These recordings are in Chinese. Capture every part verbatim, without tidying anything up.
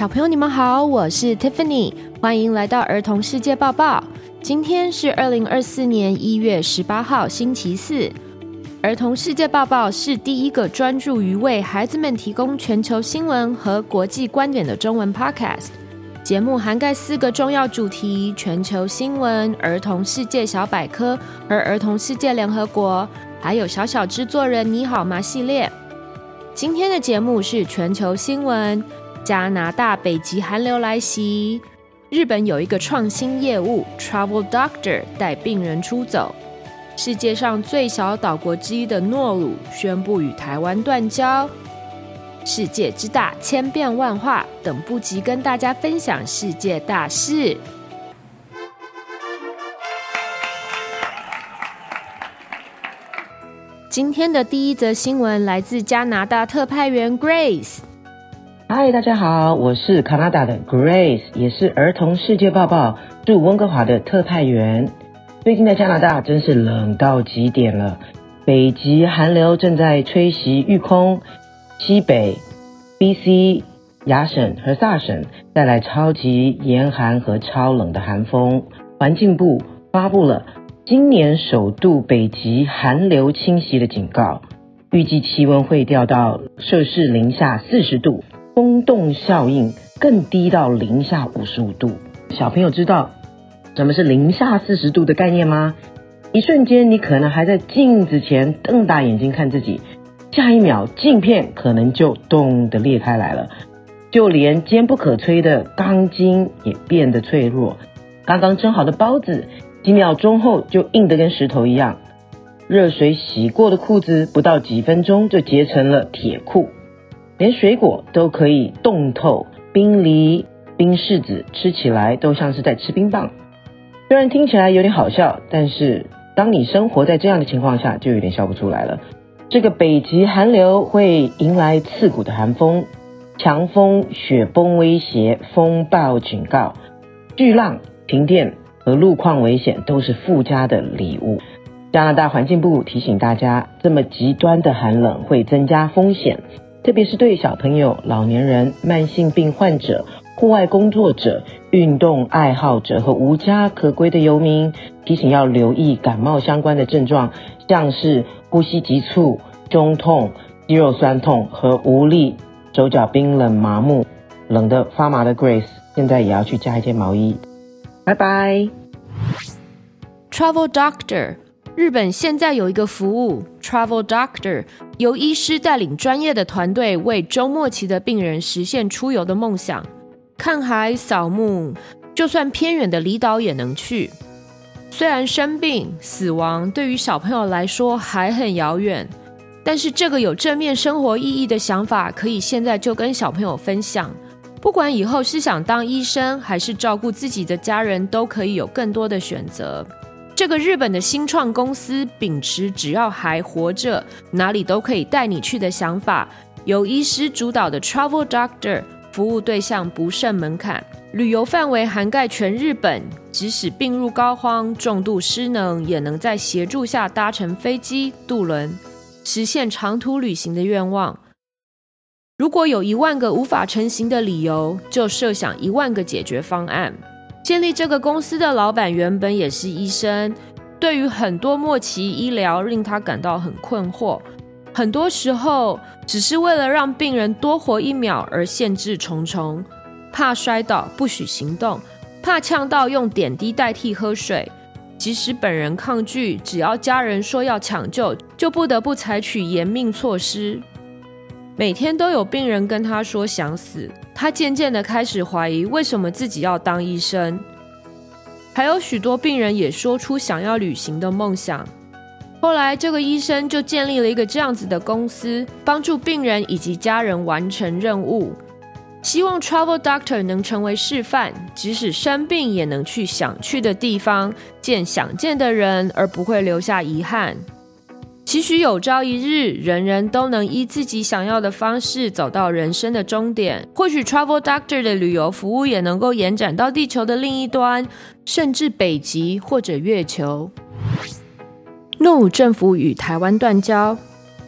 小朋友你们好，我是 Tiffany， 欢迎来到儿童世界报报。今天是二零二四年一月十八号星期四。儿童世界报报是第一个专注于为孩子们提供全球新闻和国际观点的中文 podcast。节目涵盖四个重要主题：全球新闻、儿童世界小百科和儿童世界联合国，还有小小制作人你好吗系列。今天的节目是全球新闻。加拿大北极寒流来袭，日本有一个创新业务 Travel Doctor 带病人出走，世界上最小岛国之一的诺鲁宣布与台湾断交。世界之大，千变万化，等不及跟大家分享世界大事。今天的第一则新闻来自加拿大特派员 Grace。 嗨，大家好，我是加拿大的 Grace， 也是儿童世界报报驻温哥华的特派员。最近的加拿大真是冷到极点了，北极寒流正在吹袭育空，西北 B C 亚省和萨省带来超级严寒和超冷的寒风。环境部发布了今年首度北极寒流侵袭的警告，预计气温会掉到摄氏零下四十度，风冻效应更低到零下五十五度。小朋友知道什么是零下四十度的概念吗？一瞬间你可能还在镜子前瞪大眼睛看自己，下一秒镜片可能就咚地裂开来了，就连坚不可摧的钢筋也变得脆弱，刚刚蒸好的包子几秒钟后就硬得跟石头一样，热水洗过的裤子不到几分钟就结成了铁裤，连水果都可以冻透，冰梨、冰柿子吃起来都像是在吃冰棒。虽然听起来有点好笑，但是当你生活在这样的情况下就有点笑不出来了。这个北极寒流会迎来刺骨的寒风，强风、雪崩威胁、风暴警告，巨浪、停电和路况危险都是附加的礼物。加拿大环境部提醒大家，这么极端的寒冷会增加风险，特别是对小朋友、老年人、慢性病患者、户外工作者、运动爱好者和无家可归的游民，提醒要留意感冒相关的症状，像是呼吸急促、中痛、肌肉酸痛和无力、手脚冰冷麻木。冷得发麻的 Grace 现在也要去加一件毛衣。拜拜。 Travel Doctor，日本现在有一个服务 Travel Doctor， 由医师带领专业的团队为周末期的病人实现出游的梦想，看海扫墓，就算偏远的离岛也能去。虽然生病死亡对于小朋友来说还很遥远，但是这个有正面生活意义的想法可以现在就跟小朋友分享，不管以后是想当医生还是照顾自己的家人，都可以有更多的选择。这个日本的新创公司秉持只要还活着哪里都可以带你去的想法，由医师主导的 Travel Doctor 服务对象不设门槛，旅游范围涵盖全日本，即使病入膏肓、重度失能，也能在协助下搭乘飞机、渡轮，实现长途旅行的愿望。如果有一万个无法成行的理由，就设想一万个解决方案。建立这个公司的老板原本也是医生，对于很多末期医疗令他感到很困惑，很多时候只是为了让病人多活一秒而限制重重，怕摔倒不许行动，怕呛到用点滴代替喝水，即使本人抗拒，只要家人说要抢救，就不得不采取严命措施。每天都有病人跟他说想死，他渐渐地开始怀疑为什么自己要当医生。还有许多病人也说出想要旅行的梦想。后来这个医生就建立了一个这样子的公司，帮助病人以及家人完成任务。希望 Travel Doctor 能成为示范，即使生病也能去想去的地方，见想见的人，而不会留下遗憾。期许有朝一日，人人都能依自己想要的方式走到人生的终点。或许 Travel Doctor 的旅游服务也能够延展到地球的另一端，甚至北极或者月球。诺鲁政府与台湾断交。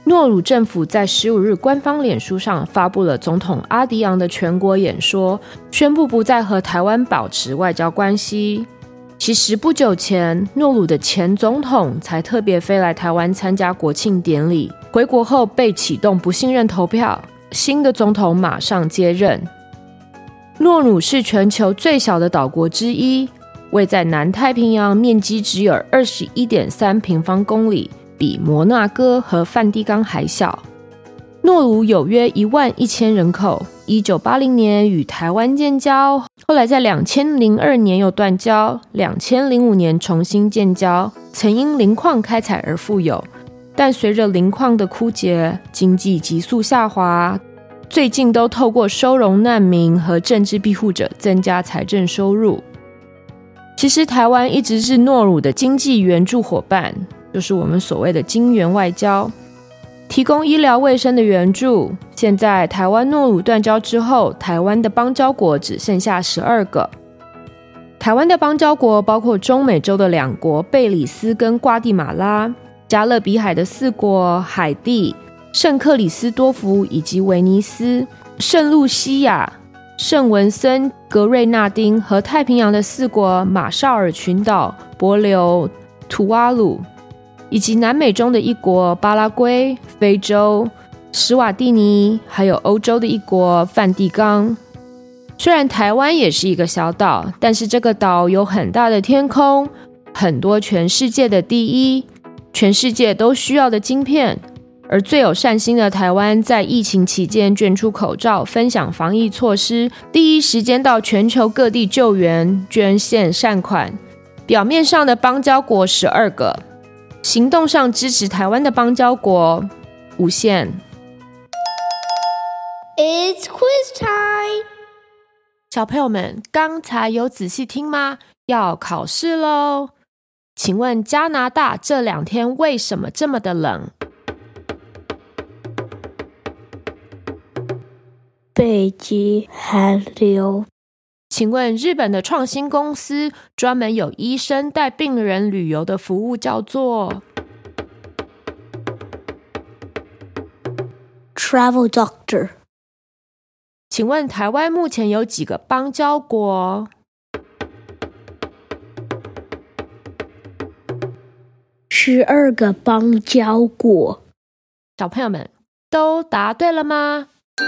诺鲁政府在十五日官方脸书上发布了总统阿迪昂的全国演说，宣布不再和台湾保持外交关系。其实不久前，诺鲁的前总统才特别飞来台湾参加国庆典礼，回国后被启动不信任投票，新的总统马上接任。诺鲁是全球最小的岛国之一，位在南太平洋，面积只有 二十一点三平方公里，比摩纳哥和梵蒂冈还小。诺鲁有约一万一千人口，一九八零年与台湾建交，后来在两千零二年又断交，两千零五年重新建交，曾因磷矿开采而富有，但随着磷矿的枯竭，经济急速下滑，最近都透过收容难民和政治庇护者增加财政收入。其实台湾一直是诺鲁的经济援助伙伴，就是我们所谓的金援外交，提供医疗卫生的援助。现在台湾诺鲁断交之后，台湾的邦交国只剩下十二个。台湾的邦交国包括中美洲的两国贝里斯跟瓜地马拉，加勒比海的四国海地、圣克里斯多福以及威尼斯、圣露西亚、圣文森、格瑞纳丁和太平洋的四国马绍尔群岛、帛琉、图瓦鲁，以及南美中的一国巴拉圭、非洲、史瓦蒂尼，还有欧洲的一国梵蒂冈。虽然台湾也是一个小岛，但是这个岛有很大的天空，很多全世界的第一，全世界都需要的晶片。而最有善心的台湾，在疫情期间捐出口罩，分享防疫措施，第一时间到全球各地救援、捐献善款。表面上的邦交国十二个，行动上支持台湾的邦交国无限。 It's quiz time！ 小朋友们，刚才有仔细听吗？要考试咯。请问加拿大这两天为什么这么的冷？ 北极寒流。 请问日本的创新公司专门有医生带病人旅游的服务叫做 Travel Doctor。 请问台湾目前有几个邦交国？ 十二个邦交国。 小朋友们都答对了吗？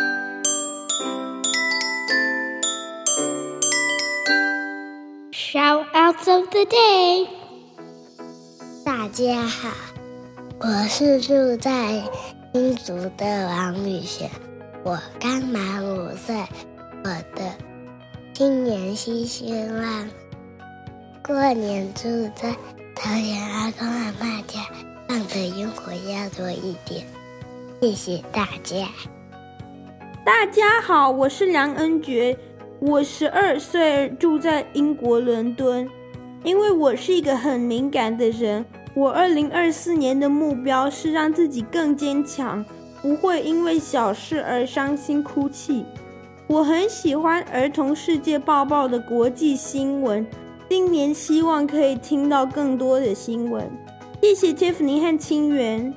Shoutouts of the day！ 大家好，我是住在新竹的王宇璇，我刚满五岁，我的新年新希望，过年住在桃园阿公阿嬷家，放的烟火要多一点，谢谢大家。 大家好，我是梁恩珏，我十二岁，住在英国伦敦。因为我是一个很敏感的人，我二零二四年的目标是让自己更坚强，不会因为小事而伤心哭泣。我很喜欢儿童世界报报的国际新闻，今年希望可以听到更多的新闻。谢谢 Tiffany 和清源。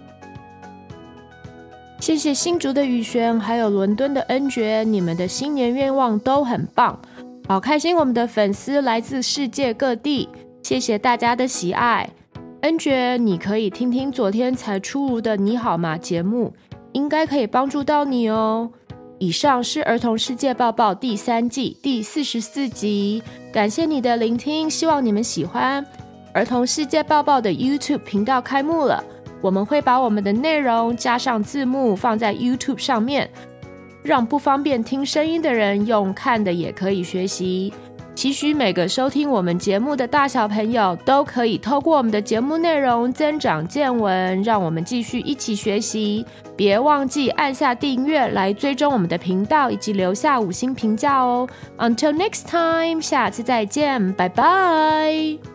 谢谢新竹的宇璇，还有伦敦的恩珏，你们的新年愿望都很棒，好开心我们的粉丝来自世界各地，谢谢大家的喜爱。恩珏，你可以听听昨天才出炉的你好吗节目，应该可以帮助到你哦。以上是儿童世界报报第三季第四十四集，感谢你的聆听，希望你们喜欢。儿童世界报报的 YouTube 频道开幕了，我们会把我们的内容加上字幕放在 YouTube 上面，让不方便听声音的人用看的也可以学习。期许每个收听我们节目的大小朋友都可以透过我们的节目内容增长见闻，让我们继续一起学习。别忘记按下订阅来追踪我们的频道，以及留下五星评价哦。Until next time， 下次再见，拜拜。